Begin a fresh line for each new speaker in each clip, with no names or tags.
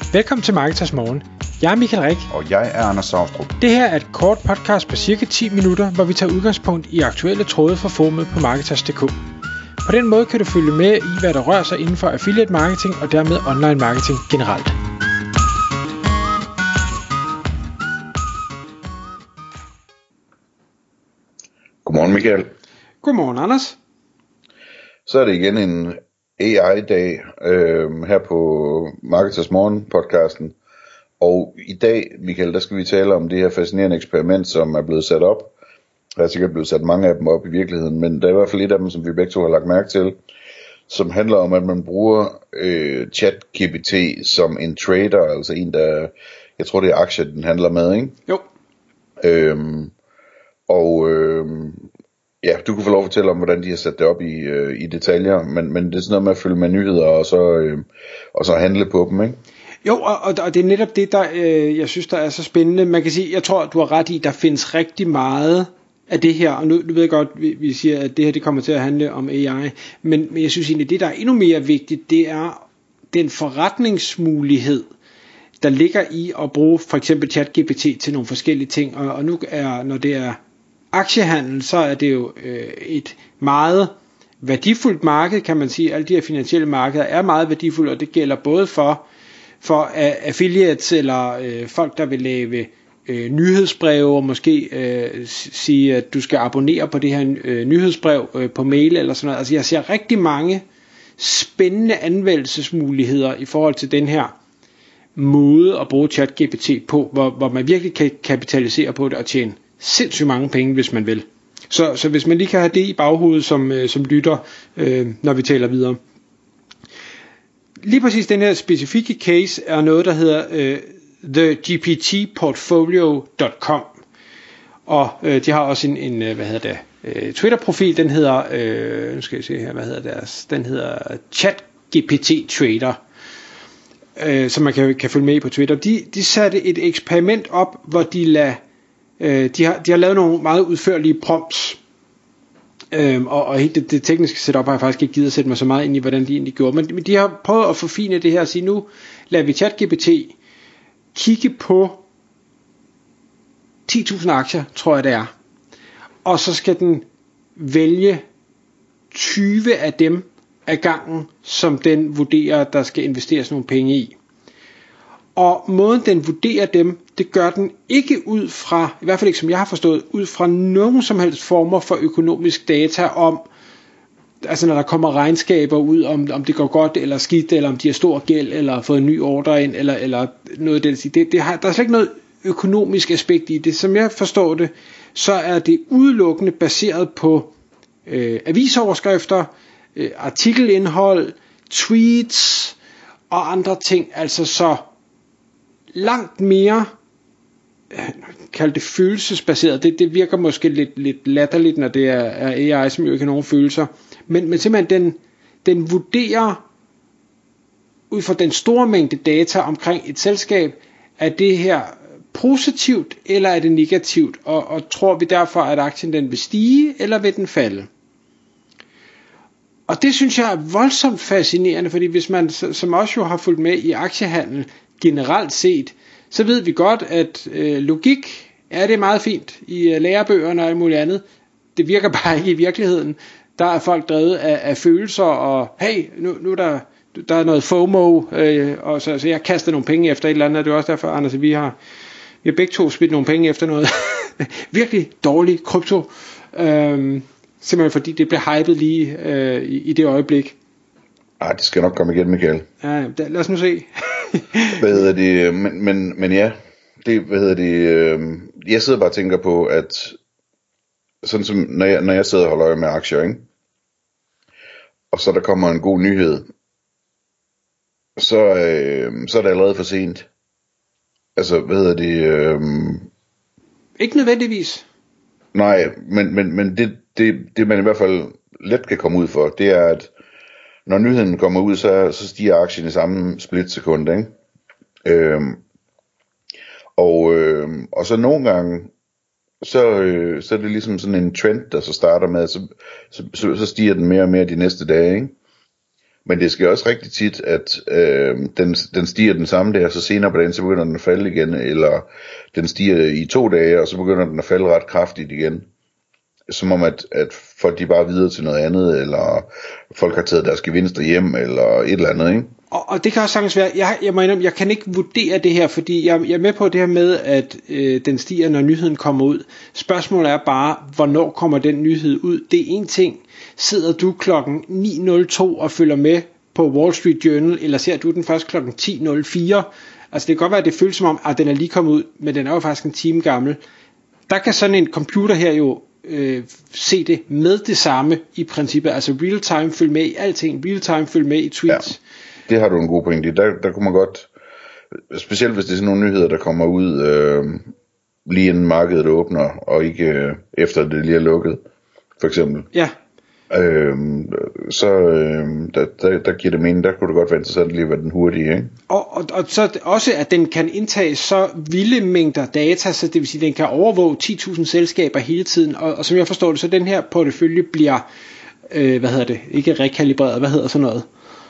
Velkommen til Marketers Morgen. Jeg er Michael Rik.
Og jeg er Anders Saustrup.
Det her er et kort podcast på cirka 10 minutter, hvor vi tager udgangspunkt i aktuelle tråde fra forumet på Marketers.dk. På den måde kan du følge med i, hvad der rører sig inden for affiliate marketing og dermed online marketing generelt.
Godmorgen Michael.
Godmorgen Anders.
Så er det igen en AI-dag her på Marketers Morgen podcasten. Og i dag, Michael, der skal vi tale om det her fascinerende eksperiment, som er blevet sat op. Der er sikkert blevet sat mange af dem op i virkeligheden, men der er i hvert fald et af dem, som vi begge to har lagt mærke til, som handler om, at man bruger ChatGPT som en trader, altså en, der, jeg tror det er aktier, den handler med, ikke?
Jo.
Ja, du kunne få lov at fortælle om, hvordan de har sat det op i detaljer, men det er sådan noget med at følge med nyheder, og så handle på dem, ikke?
Jo, og det er netop det, der jeg synes, der er så spændende. Man kan sige, jeg tror, du har ret i, der findes rigtig meget af det her, og nu ved jeg godt, vi siger, at det her det kommer til at handle om AI, men jeg synes egentlig, det der er endnu mere vigtigt, det er den forretningsmulighed, der ligger i at bruge for eksempel ChatGPT til nogle forskellige ting, og nu når det er aktiehandel, så er det jo et meget værdifuldt marked, kan man sige. Alle de her finansielle markeder er meget værdifulde, og det gælder både for affiliates eller folk, der vil lave nyhedsbreve, og måske sige, at du skal abonnere på det her nyhedsbrev på mail eller sådan noget. Altså jeg ser rigtig mange spændende anvendelsesmuligheder i forhold til den her måde at bruge ChatGPT på, hvor man virkelig kan kapitalisere på det og tjene sindssygt mange penge, hvis man vil. Så hvis man lige kan have det i baghovedet som lytter, når vi taler videre. Lige præcis den her specifikke case er noget, der hedder thegptportfolio.com. Og de har også en Twitter-profil, den hedder, nu skal jeg se her, den hedder ChatGPT Trader, som man kan følge med i på Twitter. De satte et eksperiment op, hvor de har lavet nogle meget udførlige prompts, og helt det tekniske setup har jeg faktisk ikke givet at sætte mig så meget ind i, hvordan de egentlig gjorde, men de har prøvet at forfine det her og sige, nu lader vi ChatGPT kigge på 10.000 aktier, tror jeg det er, og så skal den vælge 20 af dem ad gangen, som den vurderer, der skal investeres nogle penge i. Og måden den vurderer dem, det gør den ikke ud fra, i hvert fald ikke som jeg har forstået, ud fra nogen som helst former for økonomisk data om, altså når der kommer regnskaber ud, om det går godt eller skidt, eller om de har stor gæld, eller har fået en ny ordre ind, eller noget af det. Der er slet ikke noget økonomisk aspekt i det. Som jeg forstår det, så er det udelukkende baseret på avisoverskrifter, artikelindhold, tweets og andre ting, altså så langt mere, kald det følelsesbaseret, det virker måske lidt latterligt, når det er AI, som jo ikke har nogen følelser, men simpelthen den vurderer ud fra den store mængde data omkring et selskab, er det her positivt eller er det negativt, og tror vi derfor, at aktien den vil stige eller vil den falde. Og det synes jeg er voldsomt fascinerende, fordi hvis man som også jo har fulgt med i aktiehandel generelt set, så ved vi godt, at logik er det meget fint i lærebøgerne og alt muligt andet. Det virker bare ikke i virkeligheden. Der er folk drevet af følelser, og hey, nu der er noget FOMO, og så jeg kaster nogle penge efter et eller andet, og det er også derfor, Anders, vi har begge to smidt nogle penge efter noget virkelig dårlig krypto, simpelthen fordi det blev hypet lige i det øjeblik.
Det skal nok komme igen, Michael.
Ja, lad os nu se.
Men ja, jeg sidder bare og tænker på, at sådan som når jeg sidder og holder øje med aktier, ikke? Og så der kommer en god nyhed, så er det allerede for sent. Altså,
ikke nødvendigvis.
Nej, men det man i hvert fald let kan komme ud for, det er, at når nyheden kommer ud, så stiger aktien i samme splitsekund, ikke? Og så nogle gange, så er det ligesom sådan en trend, der så starter med, så stiger den mere og mere de næste dage, ikke? Men det sker også rigtig tit, at den stiger den samme dag, og så senere på dagen, så begynder den at falde igen, eller den stiger i 2 dage, og så begynder den at falde ret kraftigt igen. Som om, at folk de bare er videre til noget andet, eller folk har taget deres gevinster hjem, eller et eller andet, ikke?
Og det kan også sagtens være, jeg må indrømme, jeg kan ikke vurdere det her, fordi jeg er med på det her med, at den stiger, når nyheden kommer ud. Spørgsmålet er bare, hvornår kommer den nyhed ud? Det er en ting. Sidder du klokken 9.02 og følger med på Wall Street Journal, eller ser du den først klokken 10.04? Altså det kan godt være, at det føles som om, at den er lige kommet ud, men den er jo faktisk en time gammel. Der kan sådan en computer her jo se det med det samme i princippet, altså real time følge med i alting, real time følge med i tweets.
Ja, det har du en god pointe i. Der kunne man godt, specielt hvis det er sådan nogle nyheder, der kommer ud lige inden markedet åbner, og ikke efter det lige er lukket, for eksempel.
Ja.
Der giver det mening, der kunne det godt være interessant lige at være den hurtige, ikke?
Og så også at den kan indtage så vilde mængder data, så det vil sige at den kan overvåge 10.000 selskaber hele tiden, og som jeg forstår det, så den her portefølje bliver ikke rekalibreret, hvad hedder sådan noget?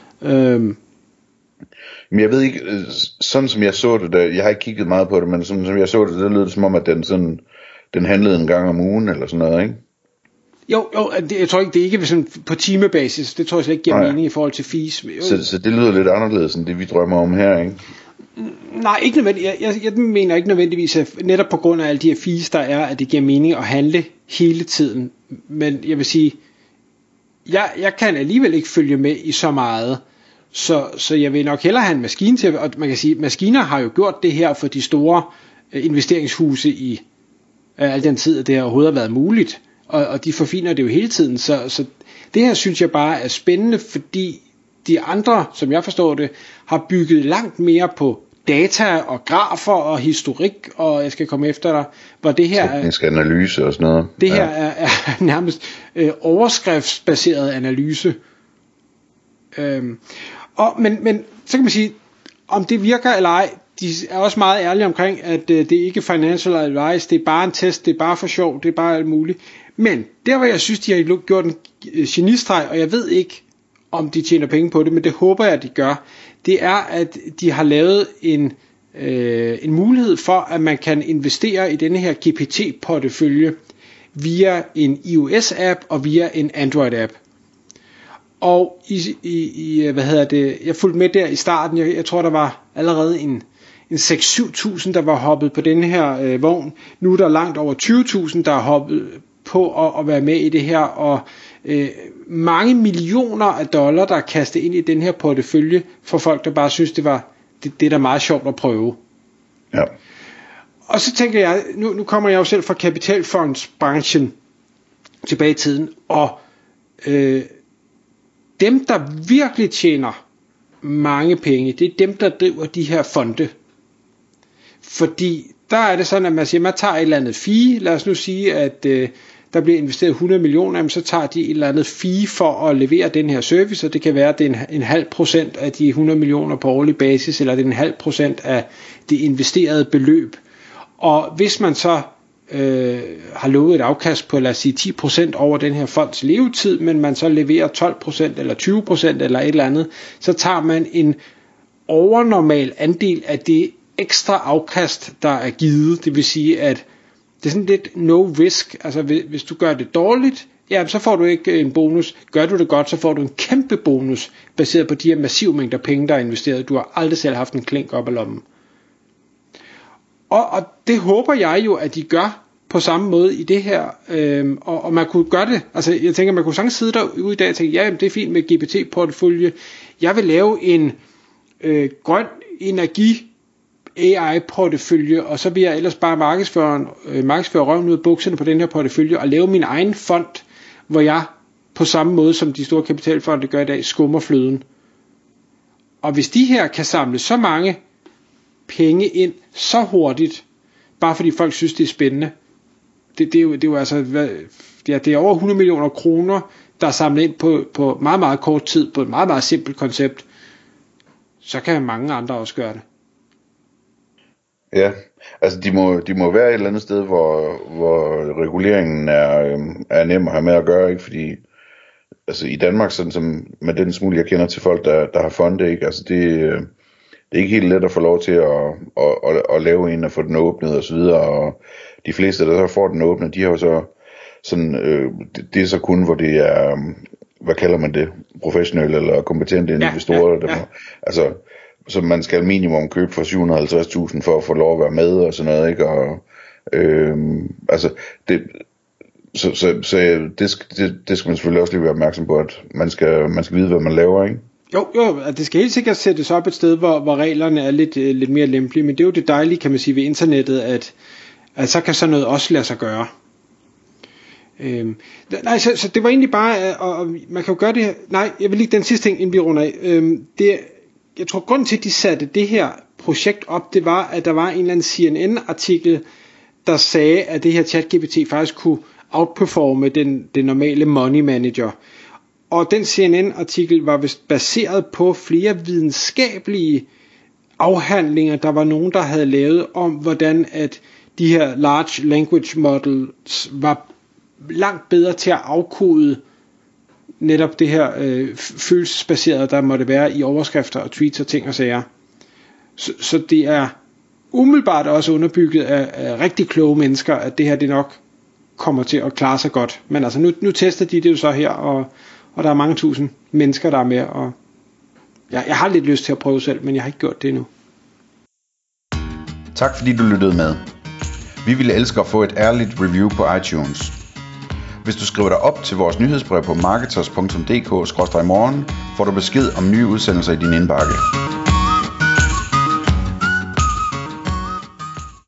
Men jeg ved ikke, sådan som jeg så det der, jeg har ikke kigget meget på det, men sådan som jeg så det, der lød det som om at den handlede en gang om ugen eller sådan noget, ikke?
Jo, jeg tror ikke, det er ikke sådan på timebasis. Det tror jeg slet ikke giver mening i forhold til fees.
Så det lyder lidt anderledes end det vi drømmer om her, ikke?
Nej, ikke nødvendigvis. Jeg mener ikke nødvendigvis, at netop på grund af alle de her fees, der er, at det giver mening at handle hele tiden. Men jeg vil sige, jeg kan alligevel ikke følge med i så meget. Så jeg vil nok hellere have en maskine til, og man kan sige, maskiner har jo gjort det her for de store investeringshuse i al den tid, at det overhovedet har været muligt. Og de forfiner det jo hele tiden, så det her synes jeg bare er spændende, fordi de andre, som jeg forstår det, har bygget langt mere på data og grafer og historik, og jeg skal komme efter dig, hvor det her
teknisk analyse og sådan noget.
Det her er nærmest overskriftsbaseret analyse. Men så kan man sige, om det virker eller ej, de er også meget ærlige omkring, at det ikke er financial advice, det er bare en test, det er bare for sjov, det er bare alt muligt. Men der hvor jeg synes, de har gjort en genistreg, og jeg ved ikke, om de tjener penge på det, men det håber jeg, at de gør, det er, at de har lavet en mulighed for, at man kan investere i denne her GPT-portefølje via en iOS-app og via en Android-app. Og jeg fulgte med der i starten, jeg tror, der var allerede en 6-7.000, der var hoppet på denne her vogn. Nu er der langt over 20.000, der er hoppet på at være med i det her, og mange millioner af dollar, der er kastet ind i den her portefølje, for folk, der bare synes, det er da meget sjovt at prøve.
Ja.
Og så tænker jeg, nu kommer jeg jo selv fra kapitalfondsbranchen tilbage i tiden, og dem, der virkelig tjener mange penge, det er dem, der driver de her fonde. Fordi der er det sådan, at man siger, man tager et eller andet fee. Lad os nu sige, at der bliver investeret 100 millioner, så tager de et eller andet fee for at levere den her service, og det kan være, at det er en 0,5% af de 100 millioner på årlig basis, eller det er 0,5% af det investerede beløb. Og hvis man så har lovet et afkast på, lad os sige 10% over den her fonds levetid, men man så leverer 12% eller 20% eller et eller andet, så tager man en overnormal andel af det ekstra afkast, der er givet. Det vil sige, at det er sådan lidt no risk. Altså hvis du gør det dårligt, ja, så får du ikke en bonus. Gør du det godt, så får du en kæmpe bonus, baseret på de her massive mængder penge, der er investeret. Du har aldrig selv haft en klink op ad lommen. Og det håber jeg jo, at de gør på samme måde i det her, og man kunne gøre det, altså jeg tænker, man kunne sagtens sidde derude i dag og tænke, ja, det er fint med GPT-portefølje, jeg vil lave en grøn energi AI-portefølje, og så vil jeg ellers bare markedsføre røven ud af bukserne på den her portefølje, og lave min egen fond, hvor jeg på samme måde som de store kapitalfonde gør i dag, skummer fløden. Og hvis de her kan samle så mange penge ind så hurtigt, bare fordi folk synes, det er spændende, det er jo altså, det er over 100 millioner kroner, der er samlet ind på meget, meget kort tid, på et meget, meget simpelt koncept, så kan mange andre også gøre det.
Ja, altså de må være et eller andet sted, hvor reguleringen er nem at have med at gøre, ikke? Fordi altså i Danmark, sådan som med den smule jeg kender til folk, der har fonde, ikke? Altså det er ikke helt let at få lov til at lave en og få den åbnet og så videre, og de fleste, der så får den åbnet, de har jo så sådan, det er så kun, hvor det er, hvad kalder man det, professionelle eller kompetente investorer, altså, så man skal minimum købe for 750.000 for at få lov at være med og sådan noget, ikke, og altså, det skal man selvfølgelig også lige være opmærksom på, at man skal vide, hvad man laver, ikke?
Jo, det skal helt sikkert sættes op et sted, hvor reglerne er lidt mere lempelige, men det er jo det dejlige, kan man sige, ved internettet, at så kan sådan noget også lade sig gøre. Så det var egentlig bare, og man kan jo gøre det her. Nej, jeg vil lige den sidste ting, inden vi runder af. Jeg tror, grunden til, at de satte det her projekt op, det var, at der var en eller anden CNN-artikel, der sagde, at det her ChatGPT faktisk kunne outperforme den normale money manager. Og den CNN-artikel var vist baseret på flere videnskabelige afhandlinger, der var nogen, der havde lavet om, hvordan at de her large language models var langt bedre til at afkode netop det her følelsesbaserede, der måtte være i overskrifter og tweets og ting og sager. Så det er umiddelbart også underbygget af rigtig kloge mennesker, at det her det nok kommer til at klare sig godt. Men altså nu tester de det jo så her, og der er mange tusind mennesker, der er med, og jeg har lidt lyst til at prøve selv, men jeg har ikke gjort det endnu.
Tak fordi du lyttede med. Vi ville elske at få et ærligt review på iTunes. Hvis du skriver dig op til vores nyhedsbrev på marketers.dk/morgen, får du besked om nye udsendelser i din indbakke.